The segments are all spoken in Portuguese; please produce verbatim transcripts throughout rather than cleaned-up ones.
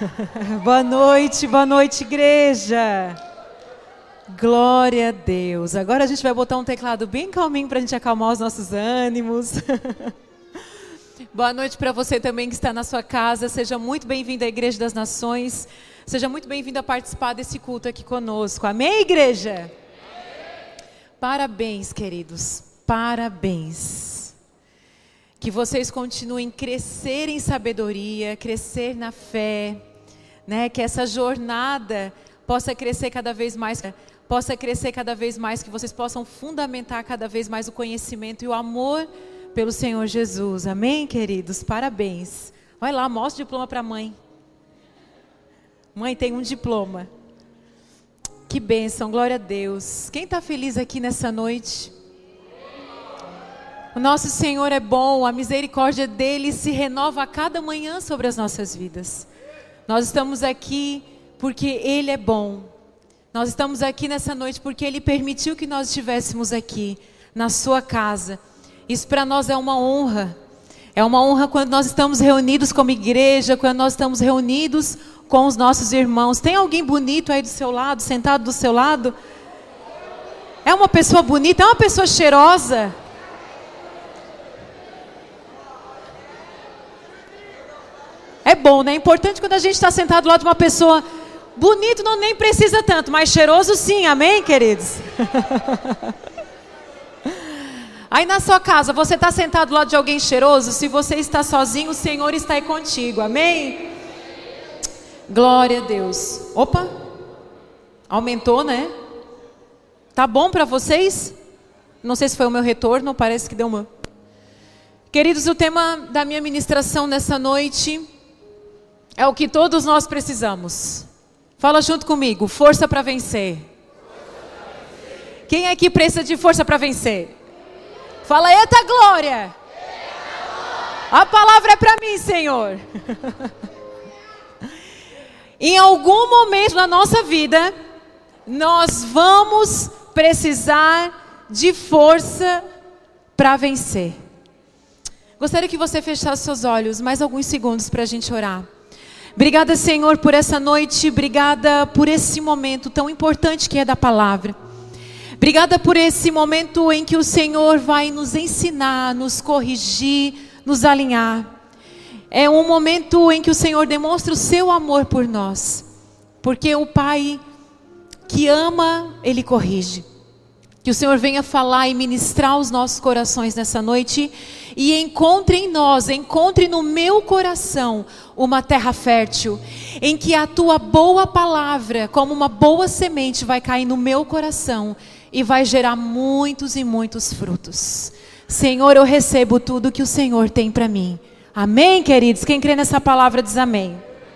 Boa noite, boa noite, igreja. Glória a Deus. Agora a gente vai botar um teclado bem calminho para a gente acalmar os nossos ânimos. Boa noite para você também que está na sua casa. Seja muito bem-vindo à Igreja das Nações. Seja muito bem-vindo a participar desse culto aqui conosco. Amém, igreja? Amém. Parabéns, queridos. Parabéns. Que vocês continuem a crescer em sabedoria, crescer na fé, né? Que essa jornada possa crescer cada vez mais, possa crescer cada vez mais, que vocês possam fundamentar cada vez mais o conhecimento e o amor pelo Senhor Jesus. Amém, queridos? Parabéns. Vai lá, mostra o diploma para a mãe. Mãe, tem um diploma. Que bênção, glória a Deus. Quem está feliz aqui nessa noite? O nosso Senhor é bom, a misericórdia dEle se renova a cada manhã sobre as nossas vidas. Nós estamos aqui porque Ele é bom. Nós estamos aqui nessa noite porque Ele permitiu que nós estivéssemos aqui, na sua casa. Isso para nós é uma honra. É uma honra quando nós estamos reunidos como igreja, quando nós estamos reunidos com os nossos irmãos. Tem alguém bonito aí do seu lado, sentado do seu lado? É uma pessoa bonita, é uma pessoa cheirosa. É bom, né? É importante quando a gente está sentado do lado de uma pessoa bonito, não nem precisa tanto, mas cheiroso sim, amém, queridos? Aí na sua casa, você está sentado do lado de alguém cheiroso? Se você está sozinho, o Senhor está aí contigo, amém? Glória a Deus. Opa, aumentou, né? Tá bom para vocês? Não sei se foi o meu retorno, parece que deu uma... Queridos, o tema da minha ministração nessa noite é o que todos nós precisamos. Fala junto comigo, força para vencer. Quem aqui precisa de força para vencer? Fala, eita glória! A palavra é para mim, Senhor. Em algum momento da nossa vida, nós vamos precisar de força para vencer. Gostaria que você fechasse seus olhos mais alguns segundos para a gente orar. Obrigada, Senhor, por essa noite. Obrigada por esse momento tão importante que é da palavra. Obrigada por esse momento em que o Senhor vai nos ensinar, nos corrigir, nos alinhar. É um momento em que o Senhor demonstra o seu amor por nós. Porque o Pai que ama, Ele corrige. Que o Senhor venha falar e ministrar os nossos corações nessa noite. E encontre em nós, encontre no meu coração uma terra fértil. Em que a tua boa palavra, como uma boa semente, vai cair no meu coração. E vai gerar muitos e muitos frutos. Senhor, eu recebo tudo que o Senhor tem para mim. Amém, queridos? Quem crê nessa palavra diz amém.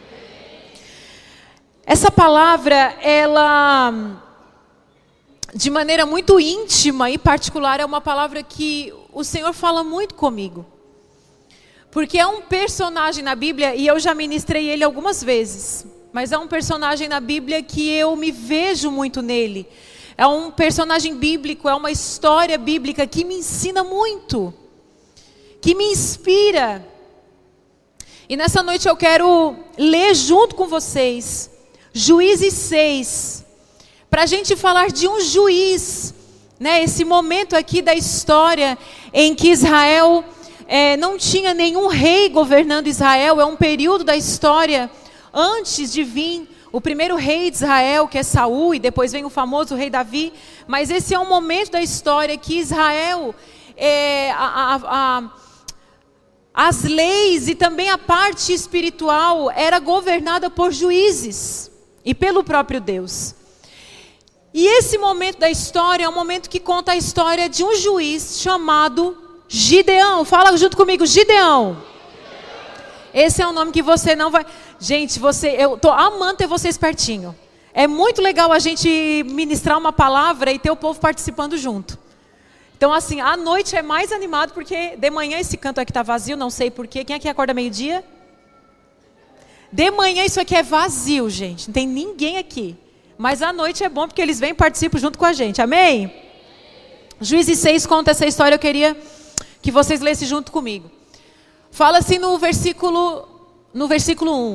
Essa palavra, ela... de maneira muito íntima e particular, é uma palavra que o Senhor fala muito comigo. Porque é um personagem na Bíblia, e eu já ministrei ele algumas vezes, mas é um personagem na Bíblia que eu me vejo muito nele. É um personagem bíblico, é uma história bíblica que me ensina muito, que me inspira. E nessa noite eu quero ler junto com vocês Juízes seis, para a gente falar de um juiz, né? Esse momento aqui da história em que Israel é, não tinha nenhum rei governando Israel. É um período da história antes de vir o primeiro rei de Israel, que é Saul, e depois vem o famoso rei Davi. Mas esse é um momento da história que Israel, é, a, a, a, as leis e também a parte espiritual era governada por juízes e pelo próprio Deus. E esse momento da história é um momento que conta a história de um juiz chamado Gideão. Fala junto comigo, Gideão. Esse é um nome que você não vai... Gente, você, eu tô amando ter vocês pertinho. É muito legal a gente ministrar uma palavra e ter o povo participando junto. Então assim, à noite é mais animado porque de manhã esse canto aqui tá vazio, não sei porquê. Quem aqui acorda meio-dia? De manhã isso aqui é vazio, gente. Não tem ninguém aqui. Mas à noite é bom porque eles vêm e participam junto com a gente. Amém? Juízes seis conta essa história, eu queria que vocês lessem junto comigo. Fala assim no versículo, no versículo um.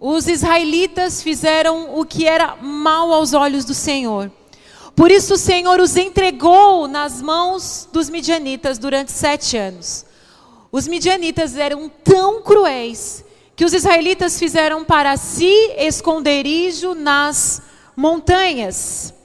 os israelitas fizeram o que era mal aos olhos do Senhor. Por isso o Senhor os entregou nas mãos dos midianitas durante sete anos. Os midianitas eram tão cruéis que os israelitas fizeram para si esconderijo nas montanhas,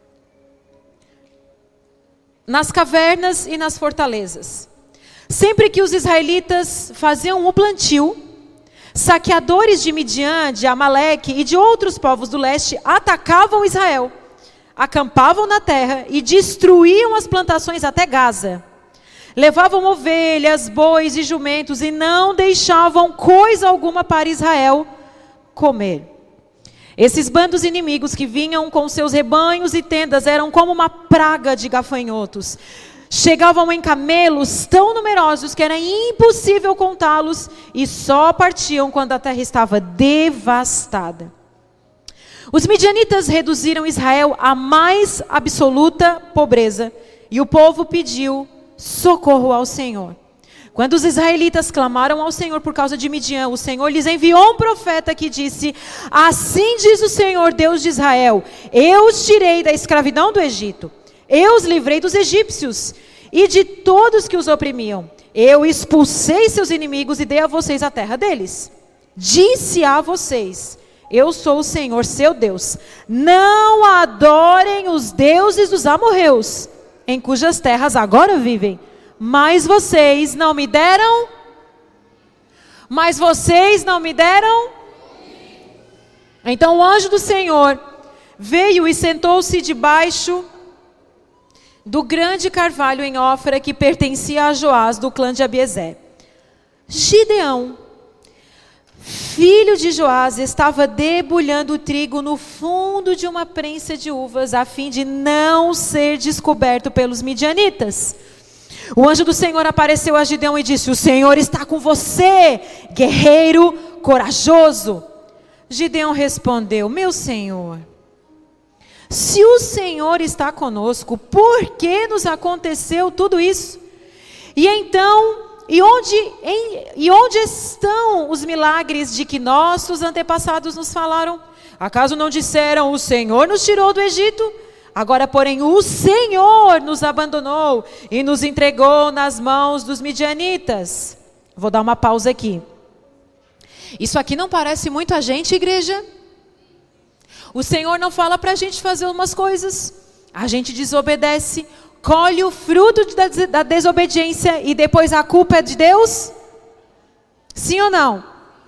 nas cavernas e nas fortalezas. Sempre que os israelitas faziam o plantio, saqueadores de Midian, de Amaleque e de outros povos do leste atacavam Israel, acampavam na terra e destruíam as plantações até Gaza. Levavam ovelhas, bois e jumentos e não deixavam coisa alguma para Israel comer. Esses bandos inimigos que vinham com seus rebanhos e tendas eram como uma praga de gafanhotos. Chegavam em camelos tão numerosos que era impossível contá-los e só partiam quando a terra estava devastada. Os midianitas reduziram Israel à mais absoluta pobreza e o povo pediu socorro ao Senhor. Quando os israelitas clamaram ao Senhor por causa de Midian, o Senhor lhes enviou um profeta que disse: assim diz o Senhor, Deus de Israel, eu os tirei da escravidão do Egito, eu os livrei dos egípcios e de todos que os oprimiam. Eu expulsei seus inimigos e dei a vocês a terra deles. Disse a vocês: eu sou o Senhor, seu Deus. Não adorem os deuses dos amorreus, em cujas terras agora vivem. Mas vocês não me deram? Mas vocês não me deram? Então o anjo do Senhor veio e sentou-se debaixo do grande carvalho em Ofra, que pertencia a Joás, do clã de Abiezer. Gideão, filho de Joás, estava debulhando o trigo no fundo de uma prensa de uvas, a fim de não ser descoberto pelos midianitas. O anjo do Senhor apareceu a Gideão e disse: o Senhor está com você, guerreiro corajoso. Gideão respondeu: meu Senhor, se o Senhor está conosco, por que nos aconteceu tudo isso? E então, e onde, em, e onde estão os milagres de que nossos antepassados nos falaram? Acaso não disseram: o Senhor nos tirou do Egito? Agora, porém, o Senhor nos abandonou e nos entregou nas mãos dos midianitas. Vou dar uma pausa aqui. Isso aqui não parece muito a gente, igreja? O Senhor não fala para a gente fazer umas coisas, a gente desobedece, colhe o fruto da, da desobediência e depois a culpa é de Deus? Sim ou não?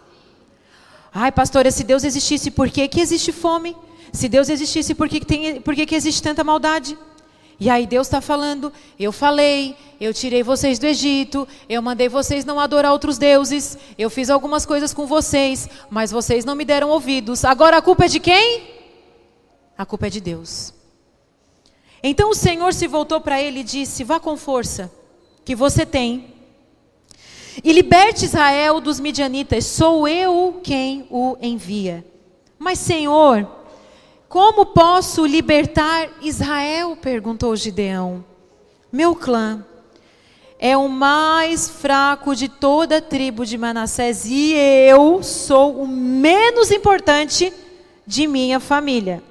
Ai, pastora, se Deus existisse, por que que existe fome? Se Deus existisse, por que, tem, por que, que existe tanta maldade? E aí Deus está falando: eu falei, eu tirei vocês do Egito, eu mandei vocês não adorar outros deuses, eu fiz algumas coisas com vocês, mas vocês não me deram ouvidos. Agora a culpa é de quem? A culpa é de Deus. Então o Senhor se voltou para ele e disse: vá com força que você tem e liberte Israel dos midianitas, sou eu quem o envia. Mas Senhor, como posso libertar Israel? Perguntou Gideão. Meu clã é o mais fraco de toda a tribo de Manassés e eu sou o menos importante de minha família.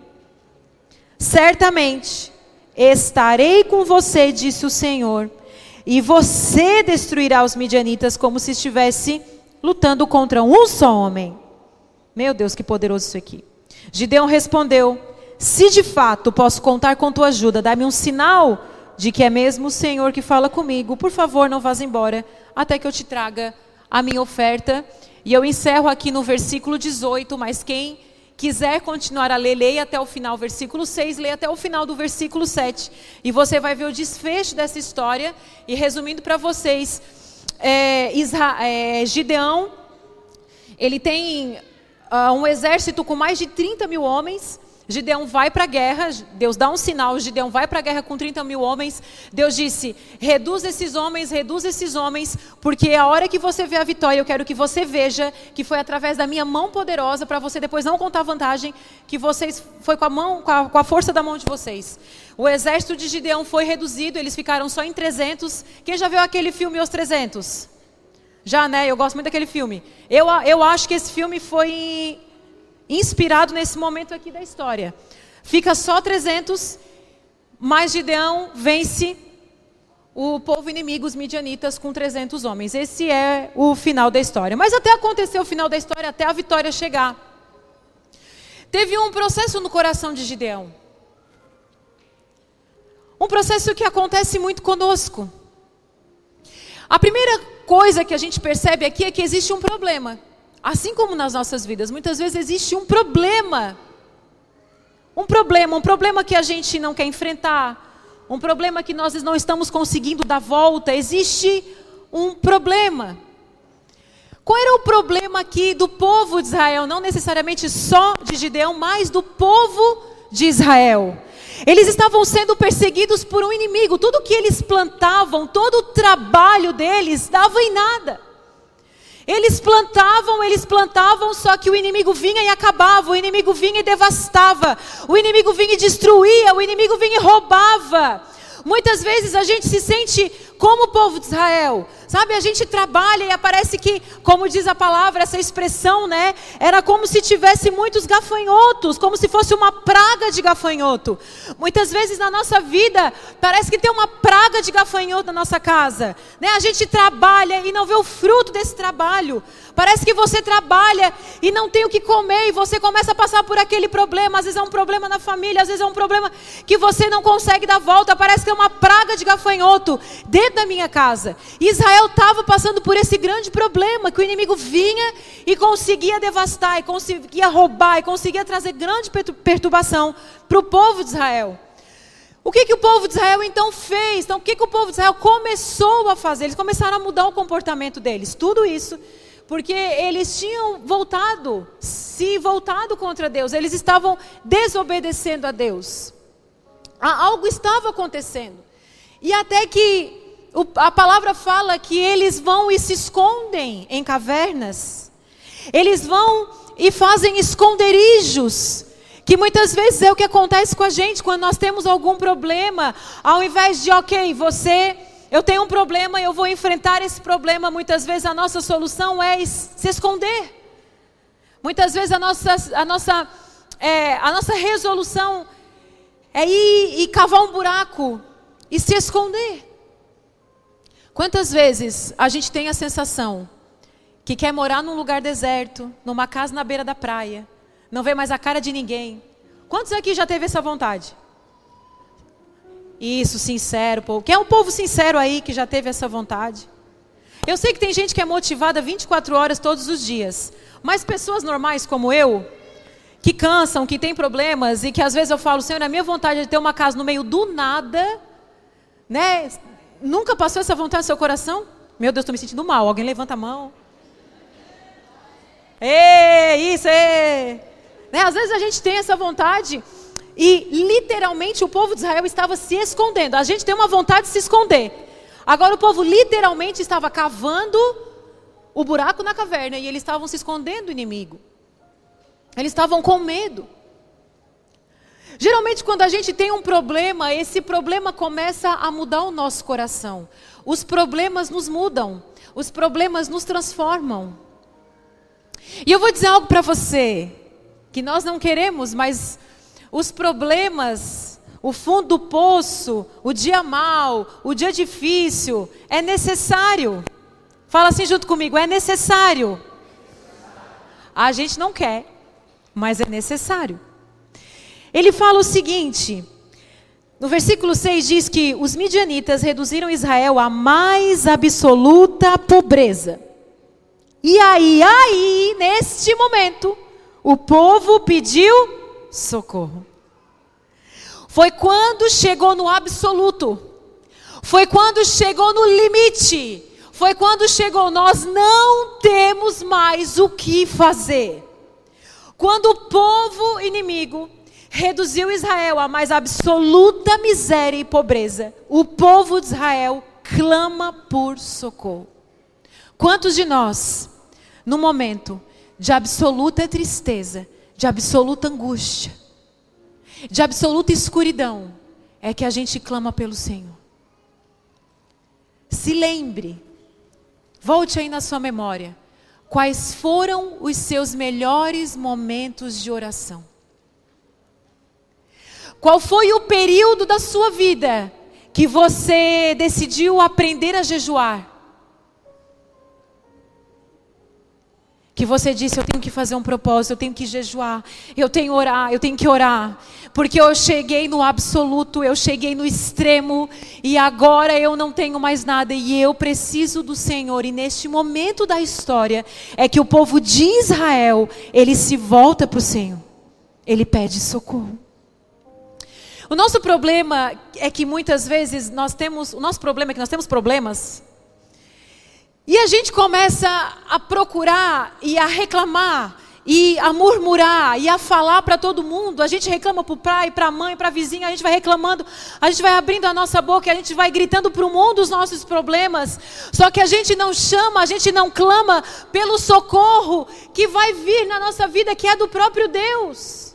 Certamente estarei com você, disse o Senhor, e você destruirá os midianitas como se estivesse lutando contra um só homem. Meu Deus, que poderoso isso aqui. Gideão respondeu: se de fato posso contar com tua ajuda, dá-me um sinal de que é mesmo o Senhor que fala comigo. Por favor, não vás embora, até que eu te traga a minha oferta. E eu encerro aqui no versículo dezoito, mas quem quiser continuar a ler, leia até o final, versículo seis, leia até o final do versículo sete. E você vai ver o desfecho dessa história. E resumindo para vocês, é, Isra, é, Gideão, ele tem Uh, um exército com mais de trinta mil homens. Gideão vai para a guerra, Deus dá um sinal, Gideão vai para a guerra com trinta mil homens. Deus disse: reduz esses homens, reduz esses homens, porque a hora que você vê a vitória, eu quero que você veja que foi através da minha mão poderosa, para você depois não contar vantagem, que vocês, foi com a mão, com a, com a força da mão de vocês. O exército de Gideão foi reduzido, eles ficaram só em trezentos. Quem já viu aquele filme Os trezentos? Já, né? Eu gosto muito daquele filme. Eu, eu acho que esse filme foi inspirado nesse momento aqui da história. Fica só trezentos, mas Gideão vence o povo inimigo, os midianitas, com trezentos homens. Esse é o final da história. Mas até acontecer o final da história, até a vitória chegar, teve um processo no coração de Gideão. Um processo que acontece muito conosco. A primeira coisa que a gente percebe aqui é que existe um problema. Assim como nas nossas vidas, muitas vezes existe um problema. Um problema, um problema que a gente não quer enfrentar. Um problema que nós não estamos conseguindo dar volta. Existe um problema. Qual era o problema aqui do povo de Israel? Não necessariamente só de Gideão, mas do povo de Israel. Eles estavam sendo perseguidos por um inimigo. Tudo que eles plantavam, todo o trabalho deles, dava em nada. Eles plantavam, eles plantavam, só que o inimigo vinha e acabava, o inimigo vinha e devastava, o inimigo vinha e destruía, o inimigo vinha e roubava. Muitas vezes a gente se sente como o povo de Israel, sabe? A gente trabalha e aparece que, como diz a palavra, essa expressão, né? Era como se tivesse muitos gafanhotos, como se fosse uma praga de gafanhoto. Muitas vezes na nossa vida, parece que tem uma praga de gafanhoto na nossa casa, né? A gente trabalha e não vê o fruto desse trabalho. Parece que você trabalha e não tem o que comer e você começa a passar por aquele problema. Às vezes é um problema na família, às vezes é um problema que você não consegue dar volta. Parece que é uma praga de gafanhoto dentro da minha casa. E Israel estava passando por esse grande problema, que o inimigo vinha e conseguia devastar, e conseguia roubar, e conseguia trazer grande perturbação para o povo de Israel. O que, que o povo de Israel então fez? Então o que, que o povo de Israel começou a fazer? Eles começaram a mudar o comportamento deles. Tudo isso porque eles tinham voltado, se voltado contra Deus. Eles estavam desobedecendo a Deus. Algo estava acontecendo. E até que a palavra fala que eles vão e se escondem em cavernas. Eles vão e fazem esconderijos. Que muitas vezes é o que acontece com a gente quando nós temos algum problema. Ao invés de, ok, você... eu tenho um problema, eu vou enfrentar esse problema. Muitas vezes a nossa solução é se esconder. Muitas vezes a nossa, a nossa, é, a nossa resolução é ir e cavar um buraco e se esconder. Quantas vezes a gente tem a sensação que quer morar num lugar deserto, numa casa na beira da praia, não vê mais a cara de ninguém? Quantos aqui já teve essa vontade? Isso, sincero, povo. Quem é um povo sincero aí que já teve essa vontade? Eu sei que tem gente que é motivada vinte e quatro horas todos os dias. Mas pessoas normais como eu, que cansam, que têm problemas, e que às vezes eu falo, Senhor, a minha vontade é de ter uma casa no meio do nada, né? Nunca passou essa vontade no seu coração? Meu Deus, estou me sentindo mal. Alguém levanta a mão. Ê, isso, ê. Né? Às vezes a gente tem essa vontade... E literalmente o povo de Israel estava se escondendo. A gente tem uma vontade de se esconder. Agora o povo literalmente estava cavando o buraco na caverna. E eles estavam se escondendo do inimigo. Eles estavam com medo. Geralmente quando a gente tem um problema, esse problema começa a mudar o nosso coração. Os problemas nos mudam. Os problemas nos transformam. E eu vou dizer algo para você. Que nós não queremos, mas... os problemas, o fundo do poço, o dia mau, o dia difícil, é necessário. Fala assim junto comigo, é necessário. A gente não quer, mas é necessário. Ele fala o seguinte, no versículo seis diz que os midianitas reduziram Israel à mais absoluta pobreza. E aí, aí, neste momento, o povo pediu socorro. Foi quando chegou no absoluto. Foi quando chegou no limite. Foi quando chegou, nós não temos mais o que fazer. Quando o povo inimigo reduziu Israel à mais absoluta miséria e pobreza, o povo de Israel clama por socorro. Quantos de nós, no momento de absoluta tristeza, de absoluta angústia, de absoluta escuridão, é que a gente clama pelo Senhor? Se lembre, volte aí na sua memória, quais foram os seus melhores momentos de oração? Qual foi o período da sua vida que você decidiu aprender a jejuar? Que você disse, eu tenho que fazer um propósito, eu tenho que jejuar, eu tenho que orar, eu tenho que orar. Porque eu cheguei no absoluto, eu cheguei no extremo e agora eu não tenho mais nada e eu preciso do Senhor. E neste momento da história é que o povo de Israel, ele se volta para o Senhor. Ele pede socorro. O nosso problema é que muitas vezes nós temos, o nosso problema é que nós temos problemas. E a gente começa a procurar e a reclamar, e a murmurar, e a falar para todo mundo. A gente reclama para o pai, para a mãe, para a vizinha, a gente vai reclamando, a gente vai abrindo a nossa boca, e a gente vai gritando para o mundo os nossos problemas. Só que a gente não chama, a gente não clama pelo socorro que vai vir na nossa vida, que é do próprio Deus.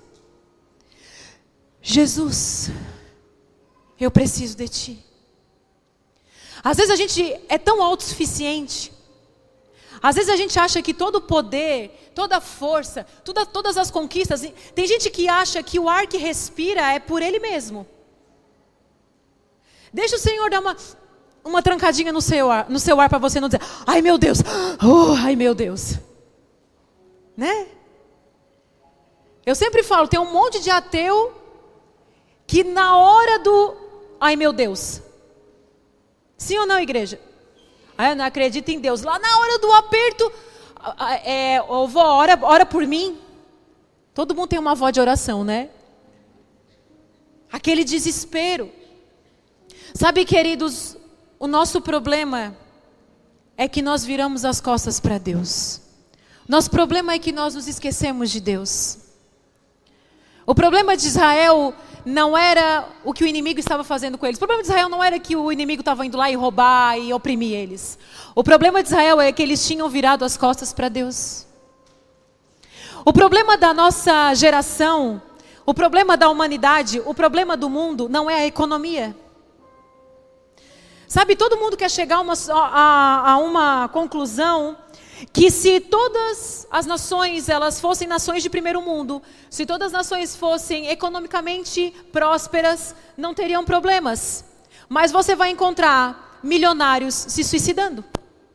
Jesus, eu preciso de Ti. Às vezes a gente é tão autossuficiente. Às vezes a gente acha que todo o poder, toda a força, toda, todas as conquistas... Tem gente que acha que o ar que respira é por ele mesmo. Deixa o Senhor dar uma, uma trancadinha no seu ar, no seu ar para você não dizer, ai meu Deus, oh, ai meu Deus. Né? Eu sempre falo, tem um monte de ateu que na hora do, ai meu Deus... Sim ou não, igreja? Ah, eu não acredito em Deus. Lá na hora do aperto, é, oh, vó, ora, ora por mim. Todo mundo tem uma voz de oração, né? Aquele desespero. Sabe, queridos, o nosso problema é que nós viramos as costas para Deus. Nosso problema é que nós nos esquecemos de Deus. O problema de Israel não era o que o inimigo estava fazendo com eles. O problema de Israel não era que o inimigo estava indo lá e roubar e oprimir eles. O problema de Israel é que eles tinham virado as costas para Deus. O problema da nossa geração, o problema da humanidade, o problema do mundo não é a economia. Sabe, todo mundo quer chegar a uma, a, a uma conclusão que se todas as nações elas fossem nações de primeiro mundo, se todas as nações fossem economicamente prósperas, não teriam problemas. Mas você vai encontrar milionários se suicidando.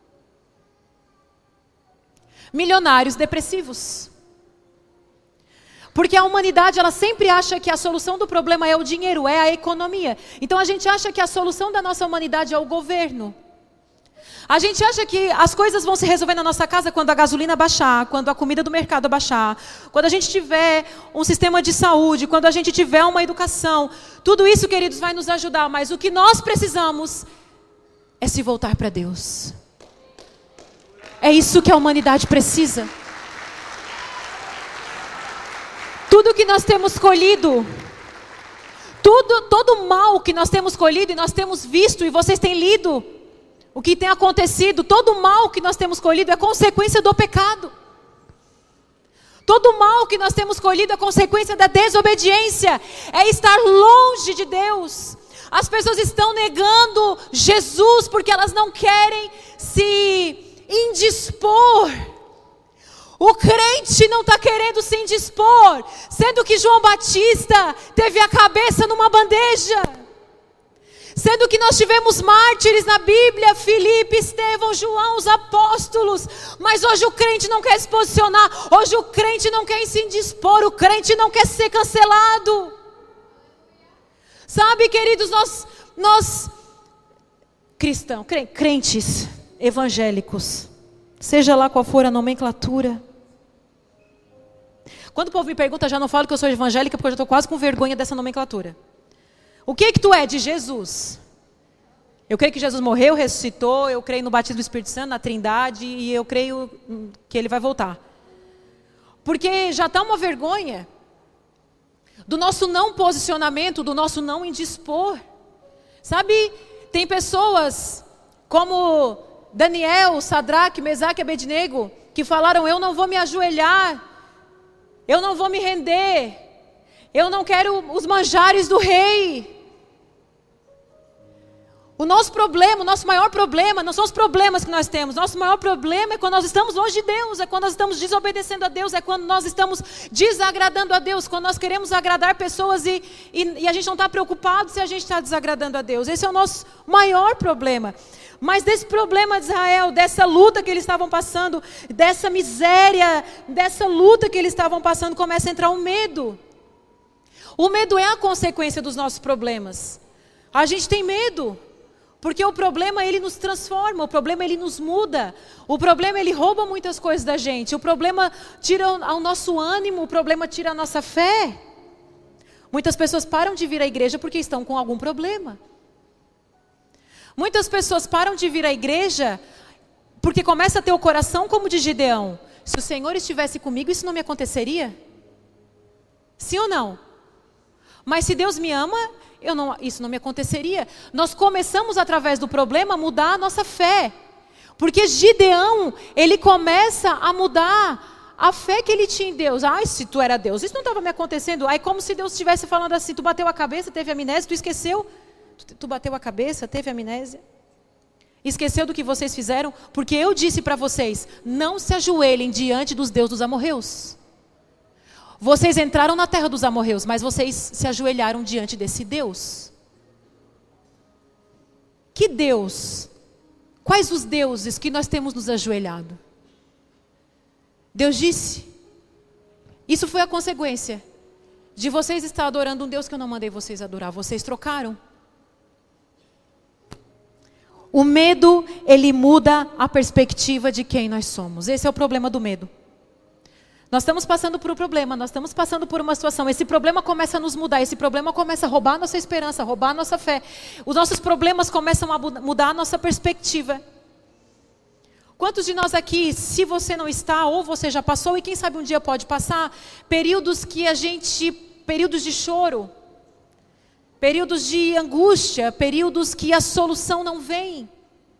Milionários depressivos. Porque a humanidade ela sempre acha que a solução do problema é o dinheiro, é a economia. Então a gente acha que a solução da nossa humanidade é o governo. A gente acha que as coisas vão se resolver na nossa casa quando a gasolina baixar, quando a comida do mercado baixar, quando a gente tiver um sistema de saúde, quando a gente tiver uma educação. Tudo isso, queridos, vai nos ajudar, mas o que nós precisamos é se voltar para Deus. É isso que a humanidade precisa. Tudo que nós temos colhido, tudo, todo o mal que nós temos colhido e nós temos visto e vocês têm lido, o que tem acontecido, todo o mal que nós temos colhido é consequência do pecado. Todo o mal que nós temos colhido é consequência da desobediência, é estar longe de Deus. As pessoas estão negando Jesus porque elas não querem se indispor. O crente não está querendo se indispor, sendo que João Batista teve a cabeça numa bandeja. Sendo que nós tivemos mártires na Bíblia, Filipe, Estevão, João, os apóstolos. Mas hoje o crente não quer se posicionar. Hoje o crente não quer se indispor. O crente não quer ser cancelado. Sabe, queridos, nós, nós cristãos, crentes evangélicos, seja lá qual for a nomenclatura. Quando o povo me pergunta, já não falo que eu sou evangélica, porque eu já estou quase com vergonha dessa nomenclatura. O que que tu é? De Jesus. Eu creio que Jesus morreu, ressuscitou, eu creio no batismo do Espírito Santo, na Trindade, e eu creio que Ele vai voltar. Porque já está uma vergonha do nosso não posicionamento, do nosso não indispor. Sabe, tem pessoas como Daniel, Sadraque, Mesaque e Abednego, que falaram, eu não vou me ajoelhar, eu não vou me render, eu não quero os manjares do rei. O nosso problema, o nosso maior problema, não são os problemas que nós temos. Nosso maior problema é quando nós estamos longe de Deus, é quando nós estamos desobedecendo a Deus, é quando nós estamos desagradando a Deus, quando nós queremos agradar pessoas e, e, e a gente não está preocupado se a gente está desagradando a Deus. Esse é o nosso maior problema. Mas desse problema de Israel, dessa luta que eles estavam passando, dessa miséria, dessa luta que eles estavam passando, começa a entrar o medo. O medo é a consequência dos nossos problemas. A gente tem medo. Porque o problema, ele nos transforma, o problema, ele nos muda. O problema, ele rouba muitas coisas da gente. O problema tira o nosso ânimo, o problema tira a nossa fé. Muitas pessoas param de vir à igreja porque estão com algum problema. Muitas pessoas param de vir à igreja porque começa a ter o coração como de Gideão. Se o Senhor estivesse comigo, isso não me aconteceria? Sim ou não? Mas se Deus me ama, eu não, isso não me aconteceria. Nós começamos através do problema a mudar a nossa fé. Porque Gideão, ele começa a mudar a fé que ele tinha em Deus. Ai, se tu era Deus, isso não estava me acontecendo. Aí como se Deus estivesse falando assim, tu bateu a cabeça, teve amnésia, tu esqueceu. Tu, tu bateu a cabeça, teve amnésia. Esqueceu do que vocês fizeram? Porque eu disse para vocês, não se ajoelhem diante dos deuses dos amorreus. Vocês entraram na terra dos amorreus, mas vocês se ajoelharam diante desse Deus. Que Deus? Quais os deuses que nós temos nos ajoelhado? Deus disse. Isso foi a consequência de vocês estar adorando um Deus que eu não mandei vocês adorar. Vocês trocaram. O medo, ele muda a perspectiva de quem nós somos. Esse é o problema do medo. Nós estamos passando por um problema, nós estamos passando por uma situação. Esse problema começa a nos mudar, esse problema começa a roubar a nossa esperança, a roubar a nossa fé. Os nossos problemas começam a mudar a nossa perspectiva. Quantos de nós aqui, se você não está, ou você já passou, e quem sabe um dia pode passar, períodos que a gente, períodos de choro, períodos de angústia, períodos que a solução não vem.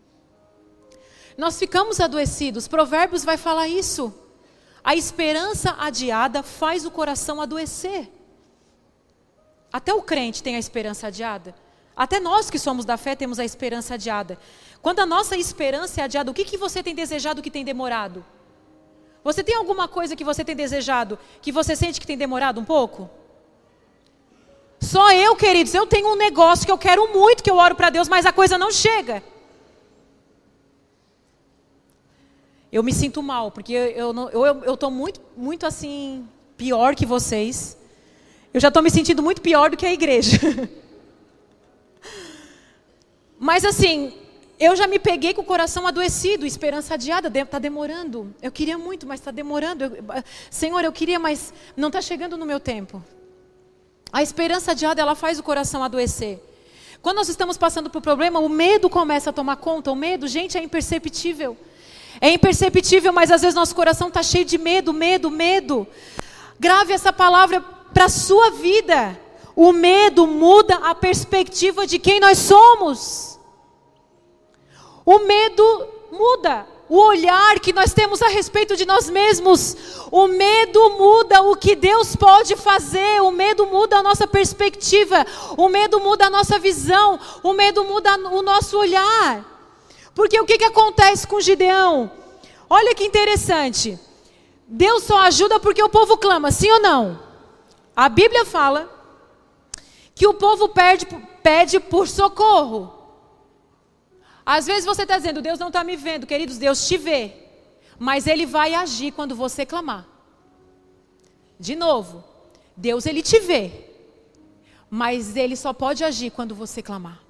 Nós ficamos adoecidos, Provérbios vai falar isso. A esperança adiada faz o coração adoecer. Até o crente tem a esperança adiada. Até nós que somos da fé temos a esperança adiada. Quando a nossa esperança é adiada, o que, que você tem desejado que tem demorado? Você tem alguma coisa que você tem desejado que você sente que tem demorado um pouco? Só eu, queridos, eu tenho um negócio que eu quero muito, que eu oro para Deus, mas a coisa não chega. Eu me sinto mal, porque eu estou eu, eu, eu muito, muito assim, pior que vocês. Eu já estou me sentindo muito pior do que a igreja. Mas assim, eu já me peguei com o coração adoecido, esperança adiada, está demorando. Eu queria muito, mas está demorando. Eu, Senhor, eu queria, mas não está chegando no meu tempo. A esperança adiada, ela faz o coração adoecer. Quando nós estamos passando por problema, o medo começa a tomar conta. O medo, gente, é imperceptível. É imperceptível, mas às vezes nosso coração está cheio de medo, medo, medo. Grave essa palavra para a sua vida. O medo muda a perspectiva de quem nós somos. O medo muda o olhar que nós temos a respeito de nós mesmos. O medo muda o que Deus pode fazer. O medo muda a nossa perspectiva. O medo muda a nossa visão. O medo muda o nosso olhar. Porque o que, que acontece com Gideão? Olha que interessante. Deus só ajuda porque o povo clama, sim ou não? A Bíblia fala que o povo pede, pede por socorro. Às vezes você está dizendo, Deus não está me vendo. Queridos, Deus te vê. Mas Ele vai agir quando você clamar. De novo, Deus Ele te vê. Mas Ele só pode agir quando você clamar.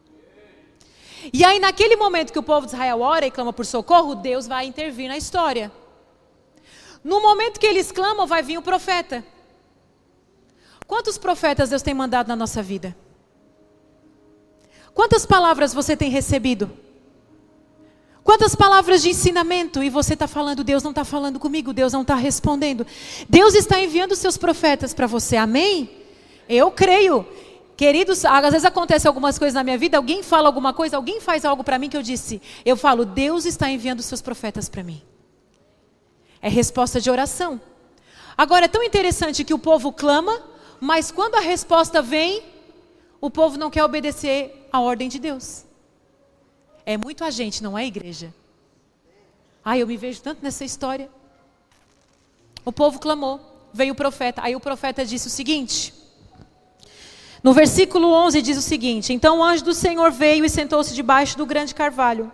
E aí naquele momento que o povo de Israel ora e clama por socorro, Deus vai intervir na história. No momento que eles clamam, vai vir o profeta. Quantos profetas Deus tem mandado na nossa vida? Quantas palavras você tem recebido? Quantas palavras de ensinamento? E você está falando, Deus não está falando comigo, Deus não está respondendo. Deus está enviando os seus profetas para você, amém? Eu creio. Queridos, às vezes acontece algumas coisas na minha vida, alguém fala alguma coisa, alguém faz algo para mim que eu disse. Eu falo, Deus está enviando os seus profetas para mim. É resposta de oração. Agora, é tão interessante que o povo clama, mas quando a resposta vem, o povo não quer obedecer a ordem de Deus. É muito a gente, não é a igreja. Ai, eu me vejo tanto nessa história. O povo clamou, veio o profeta. Aí o profeta disse o seguinte. No versículo onze diz o seguinte: então o anjo do Senhor veio e sentou-se debaixo do grande carvalho.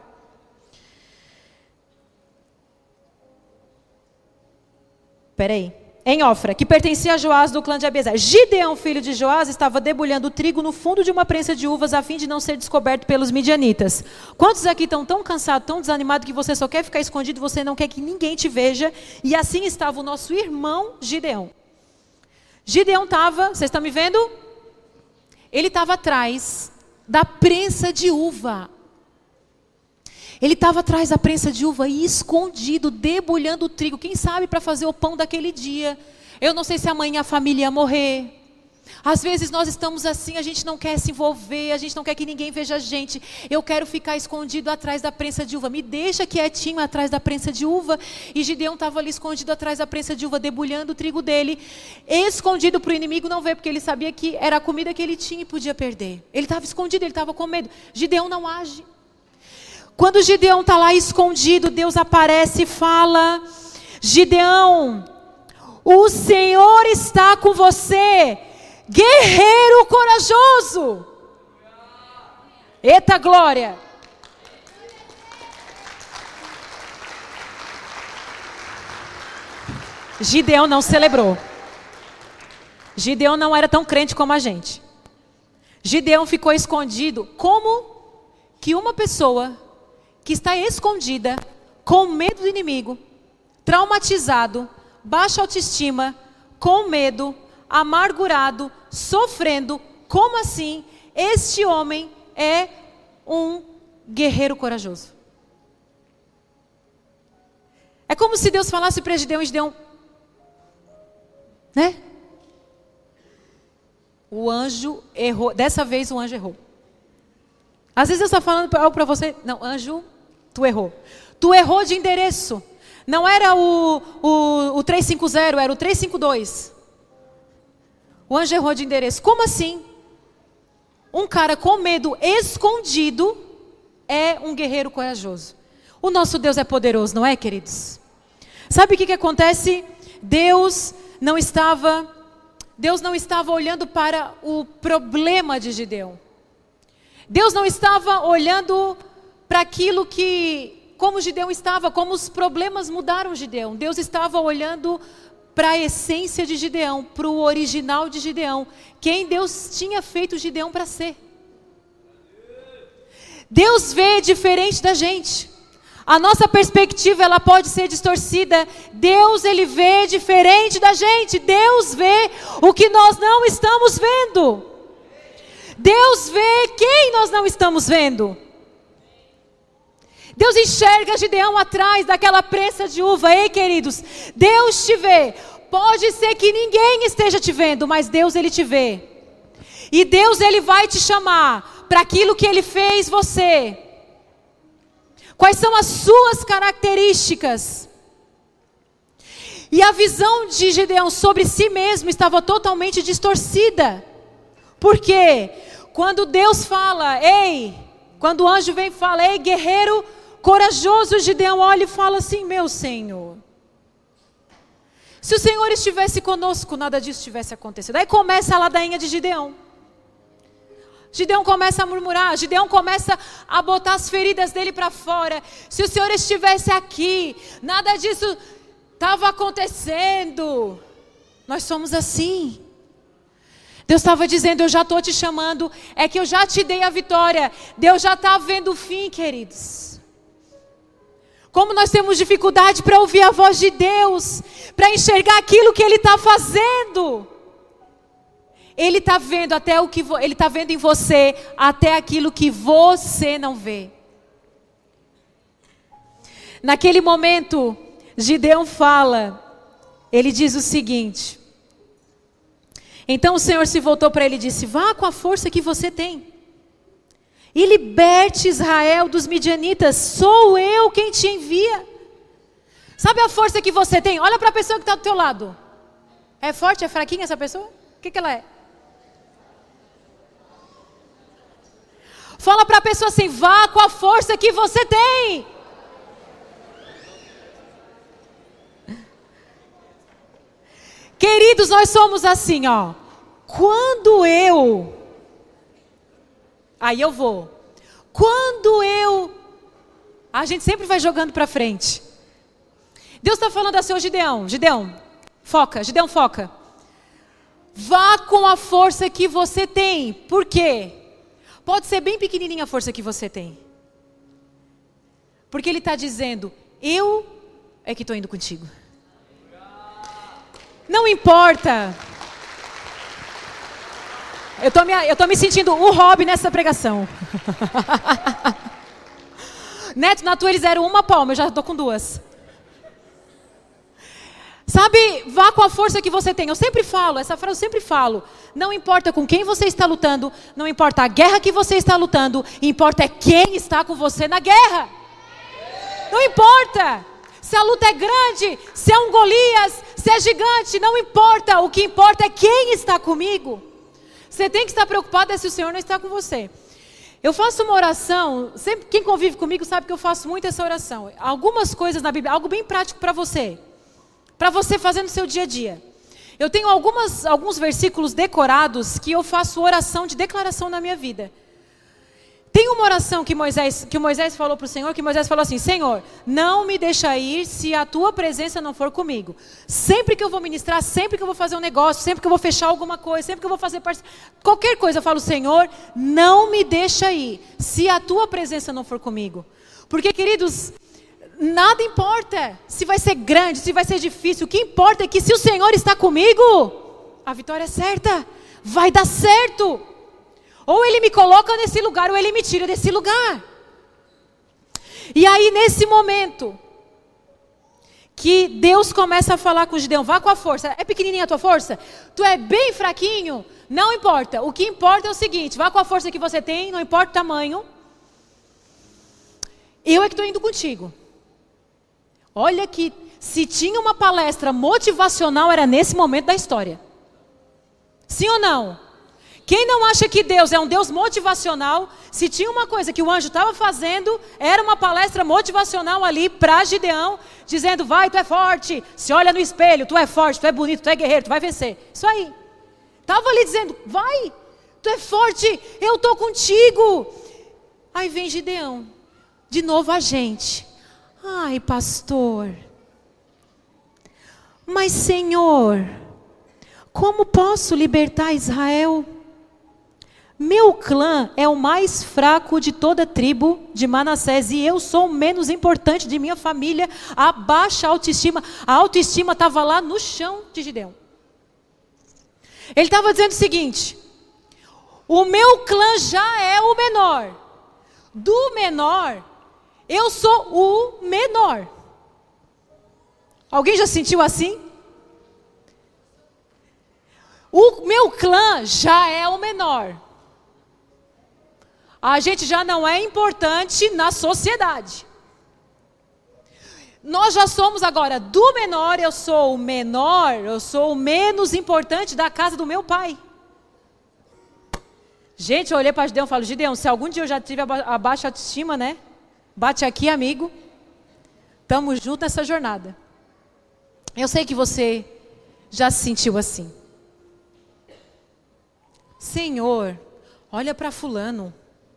Peraí. Em Ofra, que pertencia a Joás do clã de Abiezer. Gideão, filho de Joás, estava debulhando trigo no fundo de uma prensa de uvas a fim de não ser descoberto pelos midianitas. Quantos aqui estão tão cansados, tão desanimados que você só quer ficar escondido, você não quer que ninguém te veja? E assim estava o nosso irmão Gideão. Gideão estava, vocês estão me vendo? Ele estava atrás da prensa de uva. Ele estava atrás da prensa de uva e escondido, debulhando o trigo. Quem sabe para fazer o pão daquele dia. Eu não sei se amanhã a família ia morrer. Às vezes nós estamos assim, a gente não quer se envolver, a gente não quer que ninguém veja a gente. Eu quero ficar escondido atrás da prensa de uva. Me deixa quietinho atrás da prensa de uva. E Gideão estava ali escondido atrás da prensa de uva, debulhando o trigo dele. Escondido para o inimigo não ver, porque ele sabia que era a comida que ele tinha e podia perder. Ele estava escondido, ele estava com medo. Gideão não age. Quando Gideão está lá escondido, Deus aparece e fala: Gideão, o Senhor está com você, guerreiro corajoso. Eita glória! Gideão não celebrou. Gideão não era tão crente como a gente. Gideão ficou escondido. Como que uma pessoa que está escondida, com medo do inimigo, traumatizado, baixa autoestima, com medo, amargurado, sofrendo, como assim este homem é um guerreiro corajoso? É como se Deus falasse para Gideão, Gideão, né? O anjo errou, dessa vez o anjo errou. Às vezes eu estou falando algo para você, não, anjo, tu errou. Tu errou de endereço. Não era o, o, o trezentos e cinquenta, era o trezentos e cinquenta e dois. O anjo errou de endereço. Como assim? Um cara com medo escondido é um guerreiro corajoso. O nosso Deus é poderoso, não é, queridos? Sabe o que, que acontece? Deus não estava, Deus não estava olhando para o problema de Gideão. Deus não estava olhando para aquilo que, como Gideão estava, como os problemas mudaram Gideão. Deus estava olhando para a essência de Gideão, para o original de Gideão. Quem Deus tinha feito Gideão para ser. Deus vê diferente da gente. A nossa perspectiva, ela pode ser distorcida. Deus, Ele vê diferente da gente. Deus vê o que nós não estamos vendo. Deus vê quem nós não estamos vendo. Deus enxerga Gideão atrás daquela prensa de uva. Ei, queridos, Deus te vê. Pode ser que ninguém esteja te vendo, mas Deus, Ele te vê. E Deus, Ele vai te chamar para aquilo que Ele fez você. Quais são as suas características? E a visão de Gideão sobre si mesmo estava totalmente distorcida. Por quê? Quando Deus fala, ei, quando o anjo vem e fala, ei, guerreiro corajoso, Gideão olha e fala assim, meu Senhor, se o Senhor estivesse conosco, nada disso tivesse acontecido. Aí começa a ladainha de Gideão. Gideão começa a murmurar, Gideão começa a botar as feridas dele para fora. Se o Senhor estivesse aqui, nada disso estava acontecendo. Nós somos assim. Deus estava dizendo, eu já estou te chamando, é que eu já te dei a vitória. Deus já está vendo o fim, queridos. Como nós temos dificuldade para ouvir a voz de Deus, para enxergar aquilo que Ele está fazendo. Ele está vendo até o que vo... Ele está vendo em você até aquilo que você não vê. Naquele momento, Gideão fala, ele diz o seguinte. Então o Senhor se voltou para ele e disse, vá com a força que você tem e liberte Israel dos midianitas, sou eu quem te envia. Sabe a força que você tem? Olha para a pessoa que está do teu lado. É forte, é fraquinha essa pessoa? O que, que ela é? Fala para a pessoa assim, vá com a força que você tem. Queridos, nós somos assim, ó. Quando eu... Aí eu vou. Quando eu... A gente sempre vai jogando para frente. Deus está falando assim, ô Gideão. Gideão, foca. Gideão, foca. Vá com a força que você tem. Por quê? Pode ser bem pequenininha a força que você tem. Porque Ele está dizendo, eu é que estou indo contigo. Não importa. Eu tô me, eu tô me sentindo o Rob nessa pregação. Neto, na tua eles eram uma palma, eu já estou com duas. Sabe, vá com a força que você tem. Eu sempre falo, essa frase eu sempre falo. Não importa com quem você está lutando, não importa a guerra que você está lutando, importa é quem está com você na guerra. Não importa se a luta é grande, se é um Golias, se é gigante, não importa. O que importa é quem está comigo. Você tem que estar preocupado é se o Senhor não está com você. Eu faço uma oração, sempre quem convive comigo sabe que eu faço muito essa oração. Algumas coisas na Bíblia, algo bem prático para você. Para você fazer no seu dia a dia. Eu tenho algumas, alguns versículos decorados que eu faço oração de declaração na minha vida. Tem uma oração que Moisés, que Moisés falou para o Senhor, que Moisés falou assim, Senhor, não me deixa ir se a tua presença não for comigo. Sempre que eu vou ministrar, sempre que eu vou fazer um negócio, sempre que eu vou fechar alguma coisa, sempre que eu vou fazer parte, qualquer coisa, eu falo, Senhor, não me deixa ir se a tua presença não for comigo. Porque, queridos, nada importa se vai ser grande, se vai ser difícil, o que importa é que se o Senhor está comigo, a vitória é certa, vai dar certo. Ou Ele me coloca nesse lugar, ou Ele me tira desse lugar. E aí nesse momento, que Deus começa a falar com Gideão, vá com a força, é pequenininha a tua força? Tu é bem fraquinho? Não importa, o que importa é o seguinte, vá com a força que você tem, não importa o tamanho. Eu é que estou indo contigo. Olha que se tinha uma palestra motivacional era nesse momento da história. Sim ou não? Quem não acha que Deus é um Deus motivacional, se tinha uma coisa que o anjo estava fazendo, era uma palestra motivacional ali para Gideão, dizendo, vai, tu é forte, se olha no espelho, tu é forte, tu é bonito, tu é guerreiro, tu vai vencer. Isso aí. Estava ali dizendo, vai, tu é forte, eu estou contigo. Aí vem Gideão, de novo a gente. Ai, pastor, mas Senhor, como posso libertar Israel? Meu clã é o mais fraco de toda a tribo de Manassés e eu sou o menos importante de minha família. A baixa autoestima, a autoestima estava lá no chão de Gideão. Ele estava dizendo o seguinte, o meu clã já é o menor, do menor eu sou o menor. Alguém já sentiu assim? O meu clã já é o menor. A gente já não é importante na sociedade. Nós já somos agora do menor, eu sou o menor, eu sou o menos importante da casa do meu pai. Gente, eu olhei para Gideão e falo, Gideão, se algum dia eu já tive a, ba a baixa autoestima, né? Bate aqui, amigo. Estamos juntos nessa jornada. Eu sei que você já se sentiu assim. Senhor, olha para fulano.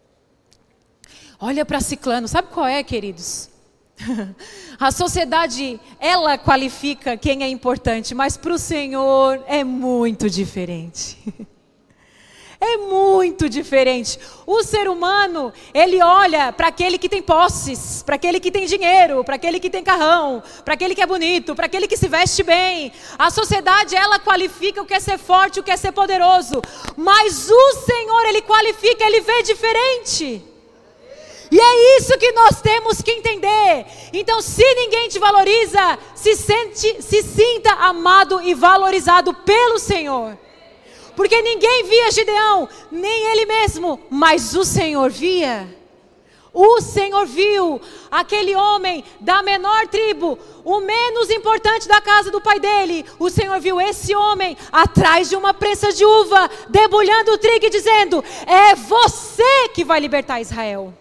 Olha para ciclano. Sabe qual é, queridos? A sociedade, ela qualifica quem é importante, mas para o Senhor é muito diferente. É muito diferente. O ser humano, ele olha para aquele que tem posses, para aquele que tem dinheiro, para aquele que tem carrão, para aquele que é bonito, para aquele que se veste bem. A sociedade, ela qualifica o que é ser forte, o que é ser poderoso. Mas o Senhor, Ele qualifica, Ele vê diferente. E é isso que nós temos que entender. Então, se ninguém te valoriza, se, sente, se sinta amado e valorizado pelo Senhor. Porque ninguém via Gideão, nem ele mesmo, mas o Senhor via. O Senhor viu aquele homem da menor tribo, o menos importante da casa do pai dele. O Senhor viu esse homem atrás de uma prensa de uva, debulhando o trigo e dizendo: é você que vai libertar Israel.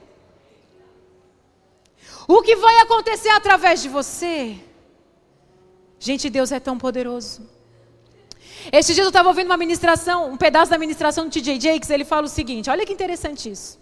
O que vai acontecer através de você? Gente, Deus é tão poderoso. Esses dias eu estava ouvindo uma ministração, um pedaço da ministração do T J Jakes. Ele fala o seguinte, olha que interessante isso.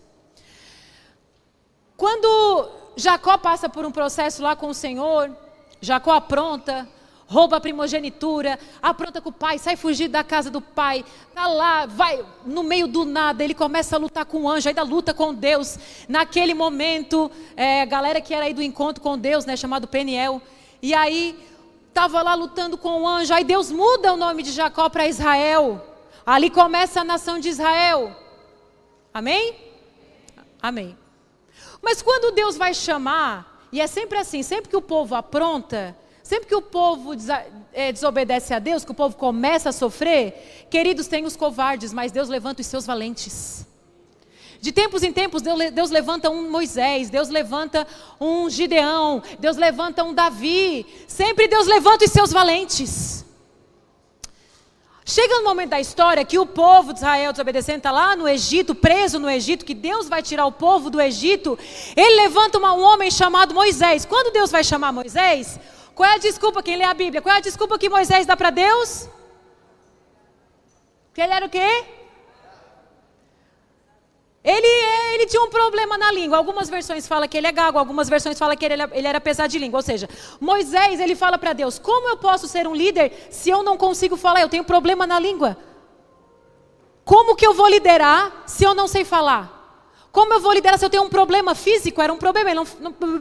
Quando Jacó passa por um processo lá com o Senhor, Jacó apronta, rouba a primogenitura, apronta com o pai, sai fugido da casa do pai, tá lá, vai no meio do nada, ele começa a lutar com o anjo, ainda luta com Deus. Naquele momento, é, a galera que era aí do encontro com Deus, né, chamado Peniel, e aí estava lá lutando com o anjo, aí Deus muda o nome de Jacó para Israel, ali começa a nação de Israel. Amém? Amém. Mas quando Deus vai chamar, e é sempre assim, sempre que o povo apronta, sempre que o povo desobedece a Deus, que o povo começa a sofrer, queridos, tem os covardes, mas Deus levanta os seus valentes. De tempos em tempos, Deus levanta um Moisés, Deus levanta um Gideão, Deus levanta um Davi, sempre Deus levanta os seus valentes. Chega no momento da história que o povo de Israel desobedecendo está lá no Egito, preso no Egito, que Deus vai tirar o povo do Egito. Ele levanta uma, um homem chamado Moisés. Quando Deus vai chamar Moisés, qual é a desculpa, quem lê a Bíblia, qual é a desculpa que Moisés dá para Deus? Que ele era o quê? Ele, ele tinha um problema na língua. Algumas versões falam que ele é gago, algumas versões falam que ele, ele era pesado de língua. Ou seja, Moisés, ele fala para Deus: como eu posso ser um líder se eu não consigo falar? Eu tenho problema na língua. Como que eu vou liderar se eu não sei falar? Como eu vou liderar se eu tenho um problema físico? Era um problema, ele não... não...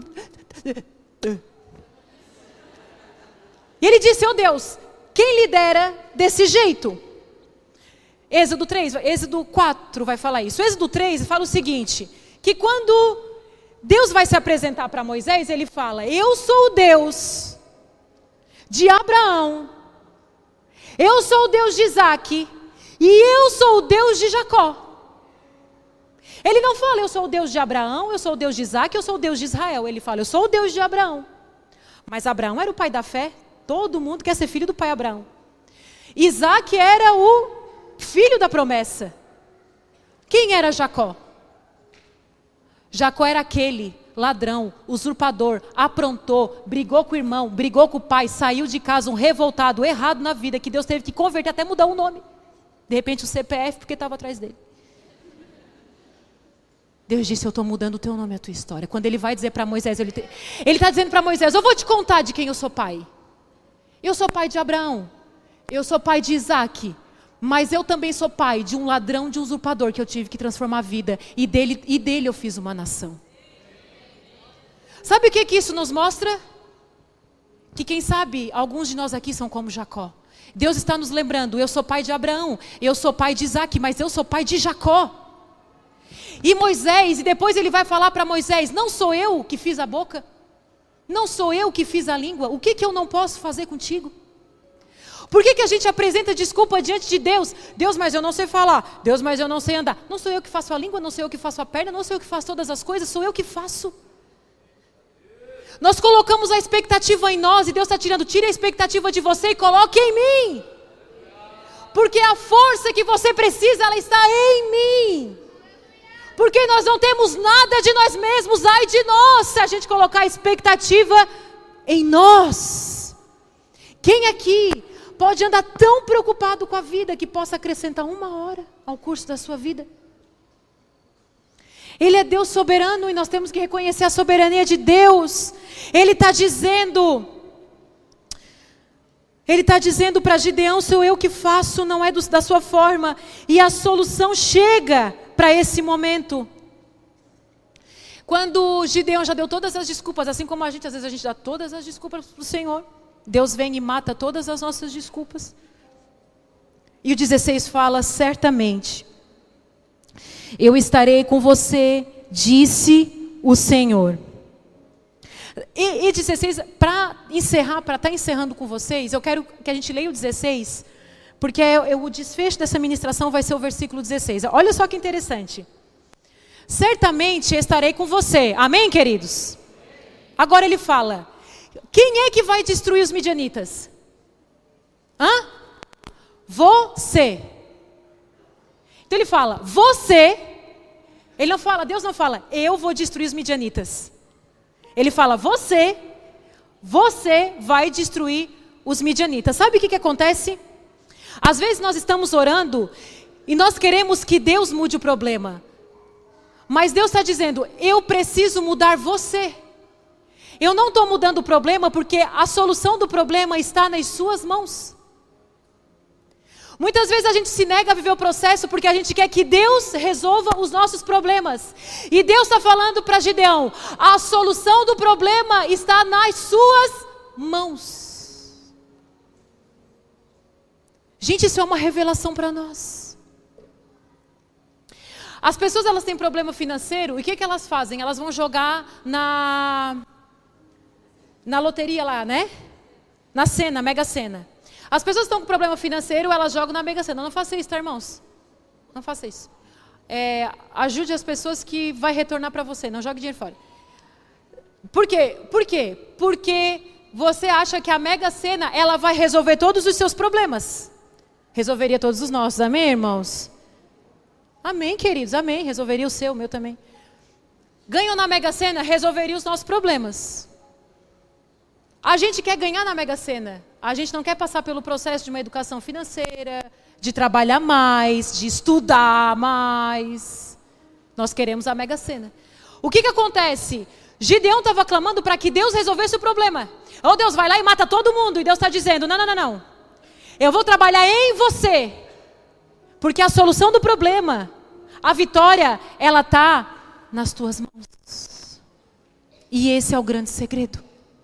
E ele disse: ó Deus, quem lidera desse jeito? Êxodo três, Êxodo quatro vai falar isso. Êxodo três fala o seguinte, que quando Deus vai se apresentar para Moisés, ele fala: eu sou o Deus de Abraão, eu sou o Deus de Isaac, e eu sou o Deus de Jacó. Ele não fala: eu sou o Deus de Abraão, eu sou o Deus de Isaac, eu sou o Deus de Israel. Ele fala: eu sou o Deus de Abraão. Mas Abraão era o pai da fé, todo mundo quer ser filho do pai Abraão. Isaac era o filho da promessa. Quem era Jacó? Jacó era aquele ladrão, usurpador, aprontou, brigou com o irmão, brigou com o pai, saiu de casa um revoltado, errado na vida, que Deus teve que converter, até mudar o nome. De repente o C P F, porque estava atrás dele. Deus disse: eu estou mudando o teu nome, a tua história. Quando ele vai dizer para Moisés, ele está dizendo para Moisés: eu vou te contar de quem eu sou pai. Eu sou pai de Abraão, eu sou pai de Isaac, mas eu também sou pai de um ladrão, de um usurpador, que eu tive que transformar a vida, e dele, e dele eu fiz uma nação. Sabe o que, que isso nos mostra? Que quem sabe, alguns de nós aqui são como Jacó. Deus está nos lembrando: eu sou pai de Abraão, eu sou pai de Isaac, mas eu sou pai de Jacó. E Moisés, e depois ele vai falar para Moisés: não sou eu que fiz a boca? Não sou eu que fiz a língua? O que, que eu não posso fazer contigo? Por que, que a gente apresenta desculpa diante de Deus? Deus, mas eu não sei falar. Deus, mas eu não sei andar. Não sou eu que faço a língua, não sou eu que faço a perna, não sou eu que faço todas as coisas, sou eu que faço. Nós colocamos a expectativa em nós, e Deus está tirando: tire a expectativa de você e coloque em mim. Porque a força que você precisa, ela está em mim. Porque nós não temos nada de nós mesmos, ai de nós, se a gente colocar a expectativa em nós. Quem aqui pode andar tão preocupado com a vida que possa acrescentar uma hora ao curso da sua vida? Ele é Deus soberano, e nós temos que reconhecer a soberania de Deus. Ele está dizendo, Ele está dizendo para Gideão: sou eu que faço, não é do, da sua forma. E a solução chega para esse momento. Quando Gideão já deu todas as desculpas, assim como a gente, às vezes a gente dá todas as desculpas para o Senhor, Deus vem e mata todas as nossas desculpas. E o dezesseis fala: certamente eu estarei com você, disse o Senhor. E, e dezesseis, para encerrar, para estar encerrando com vocês, eu quero que a gente leia o dezesseis, porque é, é, o desfecho dessa ministração vai ser o versículo dezesseis. Olha só que interessante. certamente estarei com você. Amém, queridos? Agora ele fala, quem é que vai destruir os midianitas? Hã? Você. Então ele fala, você. Ele não fala, Deus não fala, eu vou destruir os midianitas. Ele fala, você, você vai destruir os midianitas. Sabe o que que acontece? Às vezes nós estamos orando e nós queremos que Deus mude o problema. Mas Deus está dizendo, eu preciso mudar você. Eu não estou mudando o problema porque a solução do problema está nas suas mãos. Muitas vezes a gente se nega a viver o processo porque a gente quer que Deus resolva os nossos problemas. E Deus está falando para Gideão, a solução do problema está nas suas mãos. Gente, isso é uma revelação para nós. As pessoas, elas têm problema financeiro, e o que que elas fazem? Elas vão jogar na, na loteria lá, né? Na Sena, Mega Sena. As pessoas que estão com problema financeiro, elas jogam na Mega Sena. Não faça isso, tá, irmãos? Não faça isso. É, ajude as pessoas que vai retornar para você. Não jogue dinheiro fora. Por quê? Por quê? Porque você acha que a Mega Sena, ela vai resolver todos os seus problemas. Resolveria todos os nossos. Amém, irmãos? Amém, queridos. Amém. Resolveria o seu, o meu também. Ganhou na Mega Sena, resolveria os nossos problemas. A gente quer ganhar na Mega Sena. A gente não quer passar pelo processo de uma educação financeira, de trabalhar mais, de estudar mais. Nós queremos a Mega Sena. O que que acontece? Gideão estava clamando para que Deus resolvesse o problema. Ou Deus vai lá e mata todo mundo. E Deus está dizendo, não, não, não, não. Eu vou trabalhar em você. Porque a solução do problema, a vitória, ela está nas tuas mãos. E esse é o grande segredo.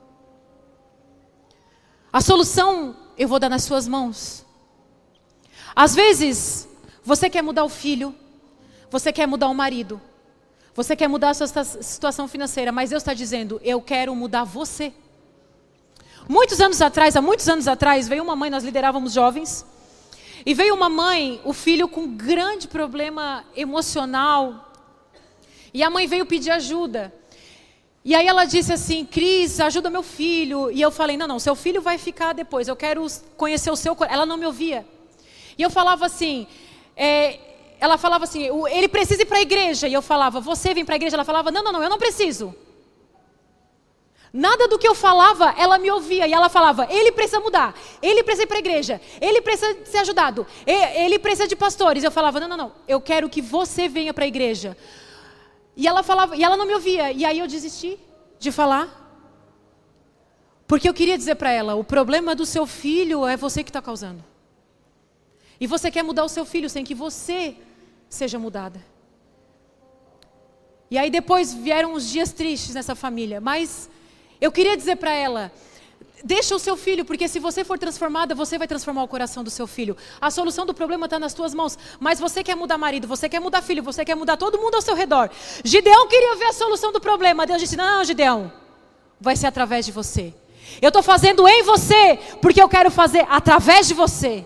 A solução eu vou dar nas suas mãos. Às vezes, você quer mudar o filho, você quer mudar o marido, você quer mudar a sua situação financeira, mas Deus está dizendo, eu quero mudar você. Muitos anos atrás, há muitos anos atrás, veio uma mãe, nós liderávamos jovens, e veio uma mãe, o filho com um grande problema emocional, e a mãe veio pedir ajuda. E aí ela disse assim, Cris, ajuda meu filho. E eu falei, não, não, seu filho vai ficar depois, eu quero conhecer o seu coração. Ela não me ouvia. E eu falava assim, é, ela falava assim, ele precisa ir para a igreja. E eu falava, você vem para a igreja? Ela falava, não, não, não, eu não preciso. Nada do que eu falava, ela me ouvia. E ela falava, ele precisa mudar, ele precisa ir para a igreja, ele precisa ser ajudado, ele precisa de pastores. Eu falava, não, não, não, eu quero que você venha para a igreja. E ela falava, e ela não me ouvia. E aí eu desisti de falar. Porque eu queria dizer para ela, o problema do seu filho é você que está causando. E você quer mudar o seu filho sem que você seja mudada. E aí depois vieram uns dias tristes nessa família. Mas eu queria dizer para ela, deixa o seu filho, porque se você for transformada, você vai transformar o coração do seu filho. A solução do problema está nas tuas mãos. Mas você quer mudar marido, você quer mudar filho, você quer mudar todo mundo ao seu redor. Gideão queria ver a solução do problema. Deus disse, não, Gideão, vai ser através de você. Eu estou fazendo em você, porque eu quero fazer através de você.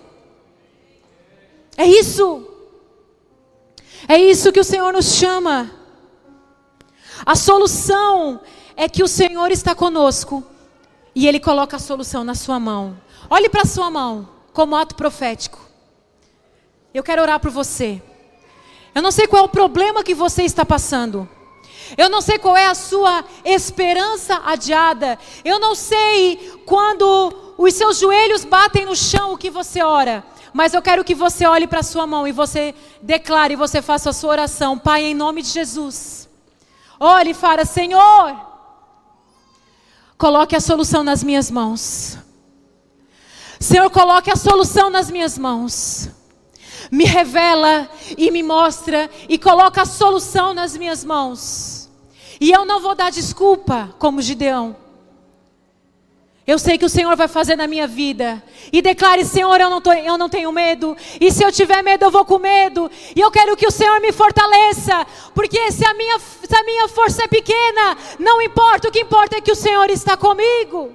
É isso. É isso que o Senhor nos chama. A solução é que o Senhor está conosco. E Ele coloca a solução na sua mão. Olhe para a sua mão, como ato profético. Eu quero orar por você. Eu não sei qual é o problema que você está passando. Eu não sei qual é a sua esperança adiada. Eu não sei quando os seus joelhos batem no chão o que você ora. Mas eu quero que você olhe para a sua mão e você declare, e você faça a sua oração. Pai, em nome de Jesus. Olhe e fala, Senhor, coloque a solução nas minhas mãos. Senhor, coloque a solução nas minhas mãos. Me revela e me mostra e coloca a solução nas minhas mãos. E eu não vou dar desculpa como Gideão. Eu sei que o Senhor vai fazer na minha vida. E declare, Senhor, eu não, tô, eu não tenho medo. E se eu tiver medo, eu vou com medo. E eu quero que o Senhor me fortaleça. Porque se a minha, se a minha força é pequena, não importa. O que importa é que o Senhor está comigo.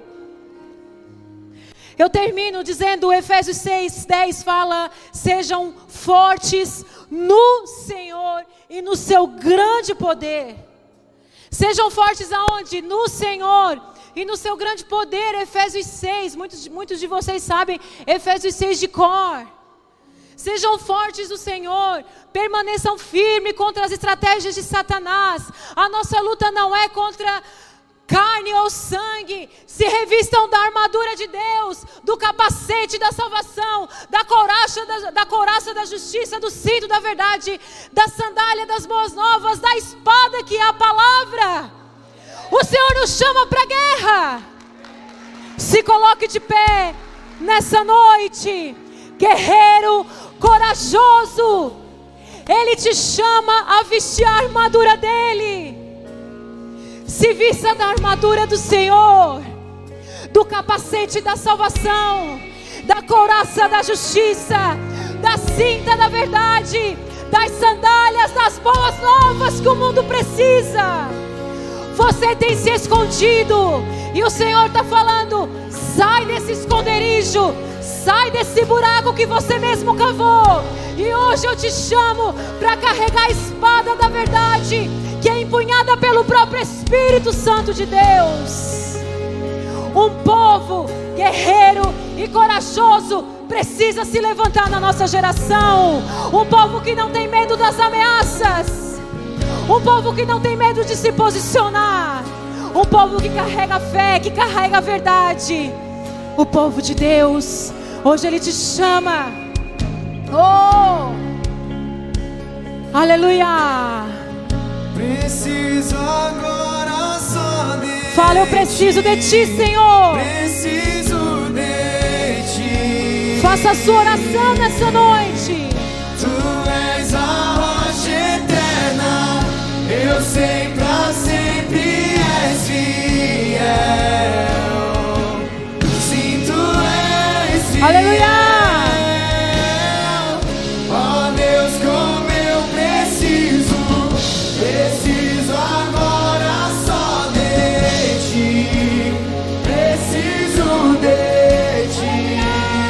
Eu termino dizendo, Efésios seis, dez fala, sejam fortes no Senhor e no seu grande poder. Sejam fortes aonde? No Senhor e no seu grande poder. Efésios seis, muitos, muitos de vocês sabem Efésios seis de cor. Sejam fortes no Senhor, permaneçam firmes contra as estratégias de Satanás. A nossa luta não é contra carne ou sangue. Se revistam da armadura de Deus, do capacete da salvação, da couraça da, da couraça da justiça, do cinto da verdade, da sandália das boas novas, da espada que é a palavra. O Senhor nos chama para a guerra. Se coloque de pé nessa noite, guerreiro corajoso. Ele te chama a vestir a armadura dele. Se vista da armadura do Senhor, do capacete da salvação, da couraça da justiça, da cinta da verdade, das sandálias das boas novas que o mundo precisa. Você tem se escondido e o Senhor está falando: sai desse esconderijo, sai desse buraco que você mesmo cavou. E hoje eu te chamo para carregar a espada da verdade, que é empunhada pelo próprio Espírito Santo de Deus. Um povo guerreiro e corajoso precisa se levantar na nossa geração. Um povo que não tem medo das ameaças. Um povo que não tem medo de se posicionar. Um povo que carrega a fé, que carrega a verdade. O povo de Deus, hoje Ele te chama. Oh! Aleluia! Preciso agora só de Fala, eu preciso de Ti, Senhor. Preciso de Ti. Faça a sua oração nessa noite. Tu és a rocha eterna, eu sei pra sempre és fiel. Sim, Tu és fiel. Aleluia! Ó Deus, como eu preciso, preciso agora só de Ti, preciso de Ti.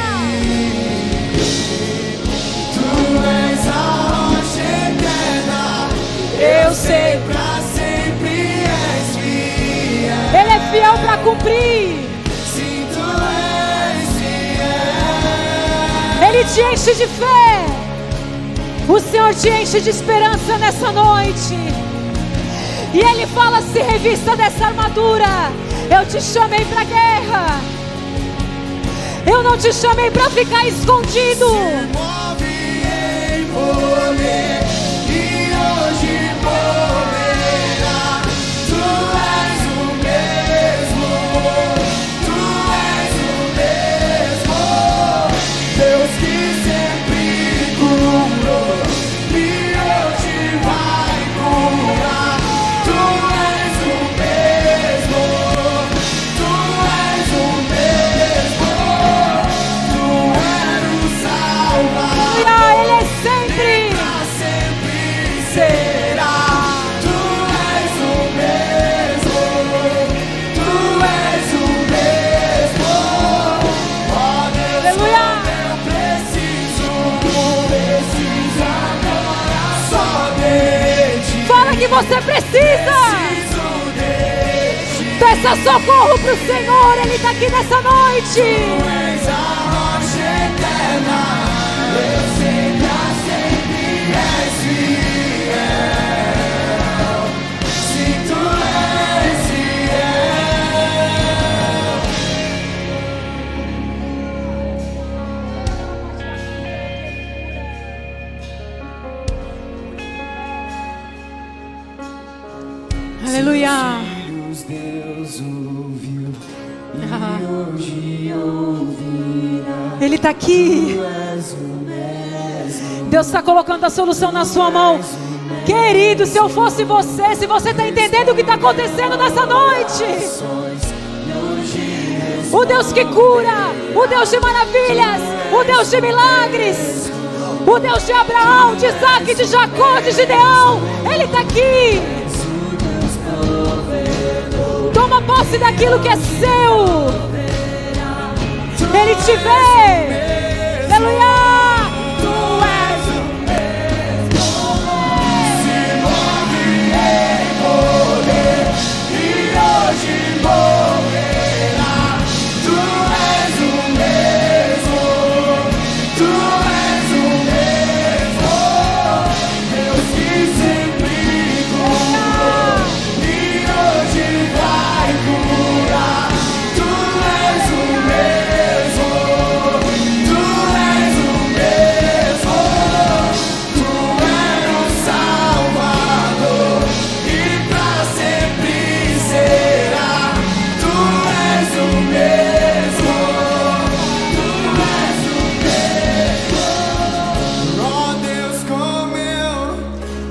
Tu és a rocha eterna, Eu sei. pra sempre és fiel. Ele é fiel para cumprir. Sim, Tu és fiel. Ele te enche de fé. O Senhor te enche de esperança nessa noite. E Ele fala: se revista dessa armadura. Eu te chamei para guerra. Eu não te chamei para ficar escondido. Move em poder e hoje moverá. Tu és o mesmo, Tu és o mesmo, Deus que sempre curou e hoje vai curar. Tu és o mesmo, Tu és o mesmo, Tu és o Salvador. Ah, Ele é sempre. Pra sempre será. Tu és o mesmo, Tu és o mesmo. Ó Deus, Aleluia. eu preciso, preciso agora só de Ti. Fala que você precisa. Preciso de Ti. Peça socorro pro Senhor. Ele está aqui nessa noite. Tu és a rocha eterna, eu sei pra sempre és fiel. Se Tu és fiel. Aleluia. Seus filhos Deus ouviu Ah. e hoje ouvirá. Ele está aqui. Tu és o mesmo. Deus está colocando a solução na sua mão. Querido, se eu fosse você, se você está entendendo o que está acontecendo nessa noite. O Deus que cura, o Deus de maravilhas, o Deus de milagres, o Deus de Abraão, de Isaac, de Jacó, de Gideão, Ele está aqui. Toma posse daquilo que é seu. Ele te vê. Aleluia. Tu és o mesmo. Se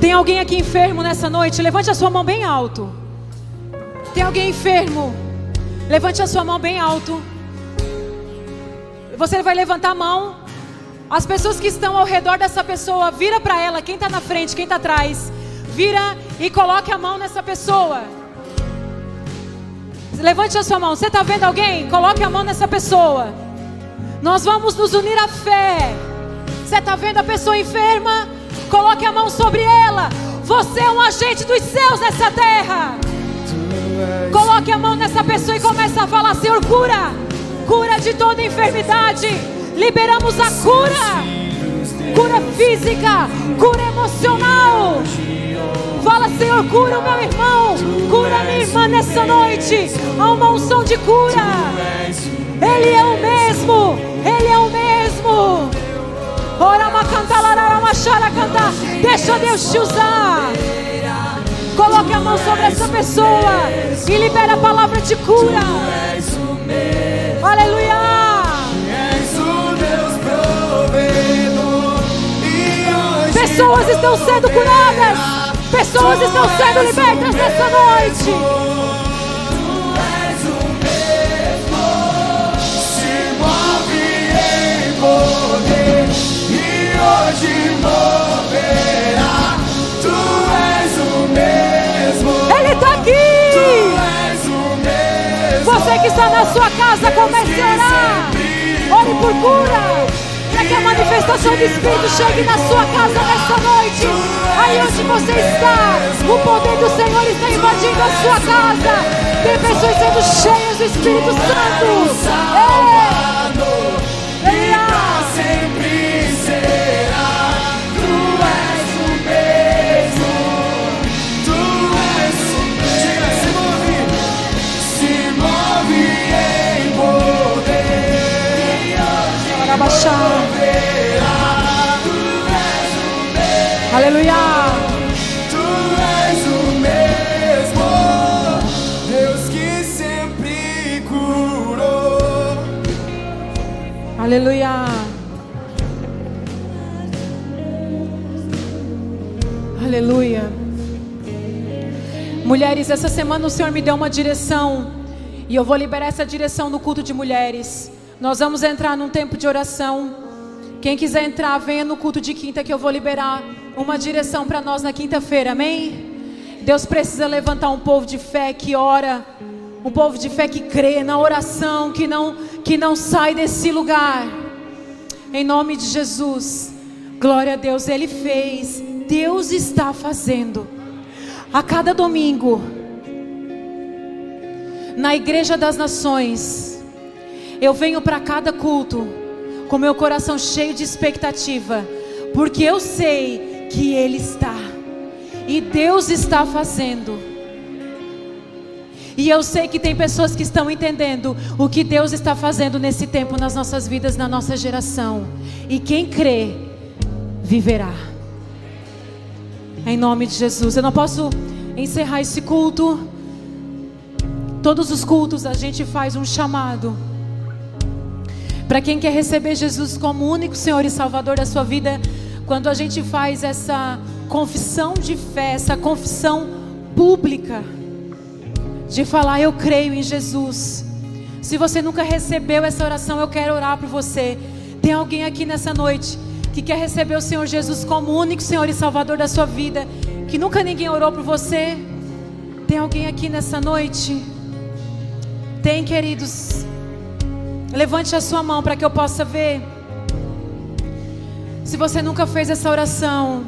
Tem alguém aqui enfermo nessa noite? Levante a sua mão bem alto. Tem alguém enfermo? Levante a sua mão bem alto. Você vai levantar a mão. As pessoas que estão ao redor dessa pessoa, vira para ela, quem está na frente, quem está atrás, vira e coloque a mão nessa pessoa. Levante a sua mão. Você está vendo alguém? Coloque a mão nessa pessoa. Nós vamos nos unir à fé. Você está vendo a pessoa enferma? Coloque a mão sobre ela. Você é um agente dos céus nessa terra. Coloque a mão nessa pessoa e comece a falar: Senhor, cura. Cura de toda enfermidade. Liberamos a cura. Cura física, cura emocional. Fala: Senhor, cura o meu irmão, cura a minha irmã nessa noite. Há uma unção de cura. Ele é o mesmo, Ele é o mesmo. Ora, uma cantar, uma chara cantar. Deixa Deus te usar. Coloque a mão sobre essa pessoa e libera a palavra de cura. Aleluia. Pessoas estão sendo curadas. Pessoas estão sendo libertas nessa noite. Tu és o mesmo, se move em poder e hoje moverá. Tu és o mesmo. Ele está aqui. Tu és o mesmo. Você que está na sua casa, comece a orar. Ore por cura. Para que a manifestação do Espírito chegue na sua casa nessa noite. Aí onde você está, o poder do Senhor está invadindo a sua casa. Tem pessoas sendo cheias do Espírito Santo. Salvador, e pra sempre será. Tu és o mesmo. Tu és o mesmo. Se move, se move em poder. Para baixar. Aleluia. Tu és o mesmo, Deus que sempre curou. Aleluia. Aleluia. Mulheres, essa semana o Senhor me deu uma direção e eu vou liberar essa direção no culto de mulheres. Nós vamos entrar num tempo de oração. Quem quiser entrar, venha no culto de quinta que eu vou liberar uma direção para nós na quinta-feira, amém? Deus precisa levantar um povo de fé que ora, um povo de fé que crê na oração, que não, que não sai desse lugar. Em nome de Jesus, glória a Deus, Ele fez, Deus está fazendo. A cada domingo, na Igreja das Nações, eu venho para cada culto com meu coração cheio de expectativa, porque eu sei que Ele está, e Deus está fazendo, e eu sei que tem pessoas que estão entendendo o que Deus está fazendo nesse tempo, nas nossas vidas, na nossa geração, e quem crê, viverá, em nome de Jesus. Eu não posso encerrar esse culto. Todos os cultos a gente faz um chamado para quem quer receber Jesus como único Senhor e Salvador da sua vida. Quando a gente faz essa confissão de fé, essa confissão pública, de falar: eu creio em Jesus. Se você nunca recebeu essa oração, eu quero orar por você. Tem alguém aqui nessa noite que quer receber o Senhor Jesus como único Senhor e Salvador da sua vida, que nunca ninguém orou por você? Tem alguém aqui nessa noite? Tem, queridos? Levante a sua mão para que eu possa ver. Se você nunca fez essa oração,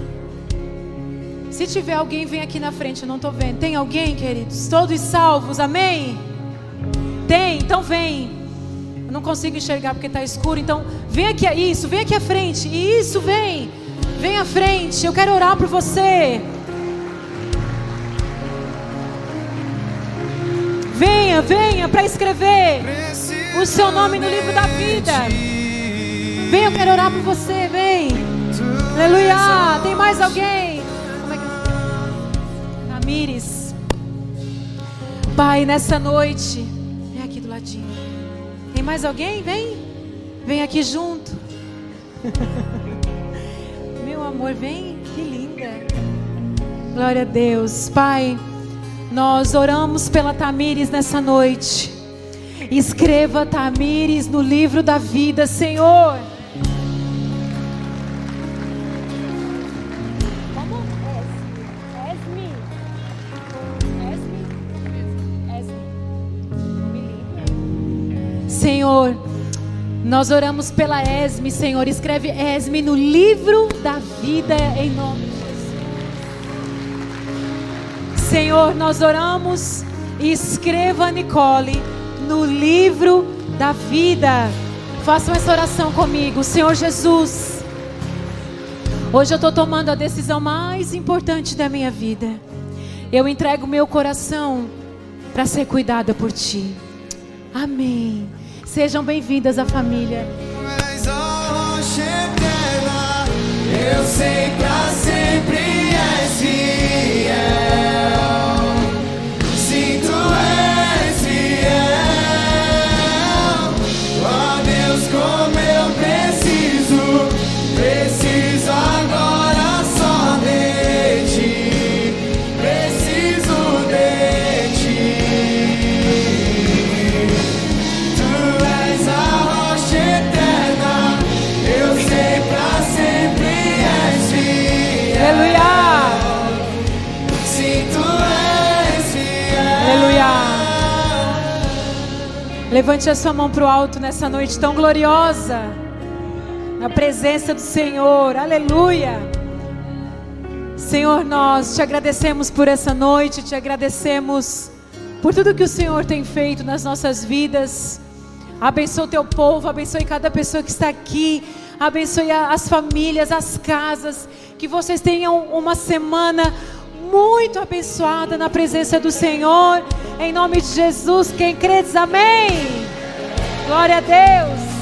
se tiver alguém, vem aqui na frente. Eu não estou vendo. Tem alguém, queridos? Todos salvos, amém? Tem? Então vem. Eu não consigo enxergar porque está escuro. Então vem aqui, isso, vem aqui à frente. Isso, vem. Vem à frente. Eu quero orar por você. Venha, venha para escrever o seu nome no livro da vida. Vem, eu quero orar por você, vem. Aleluia. Tem mais alguém? Como é que é? Tamires. Pai, nessa noite, vem aqui do ladinho. Tem mais alguém? Vem. Vem aqui junto. Meu amor, vem. Que linda. Glória a Deus. Pai, nós oramos pela Tamires nessa noite. Escreva Tamires no livro da vida, Senhor. Senhor, nós oramos pela Esme, Senhor. Escreve Esme no livro da vida, em nome de Jesus. Senhor, nós oramos e escreva Nicole no livro da vida. Façam essa oração comigo. Senhor Jesus, hoje eu estou tomando a decisão mais importante da minha vida. Eu entrego meu coração para ser cuidada por Ti. Amém. Sejam bem-vindas à família. És a rocha eterna, eu sei pra sempre és fiel. Sim, tu és fiel. Ó Deus, como eu preciso, preciso agora só de Ti, preciso de Ti. Aleluia. Sim, tu és fiel. Aleluia. Levante a sua mão para o alto nessa noite tão gloriosa, na presença do Senhor. Aleluia. Senhor, nós te agradecemos por essa noite, te agradecemos por tudo que o Senhor tem feito nas nossas vidas. Abençoe o teu povo, abençoe cada pessoa que está aqui, abençoe as famílias, as casas. Que vocês tenham uma semana muito abençoada na presença do Senhor. Em nome de Jesus, quem crê diz amém. Glória a Deus.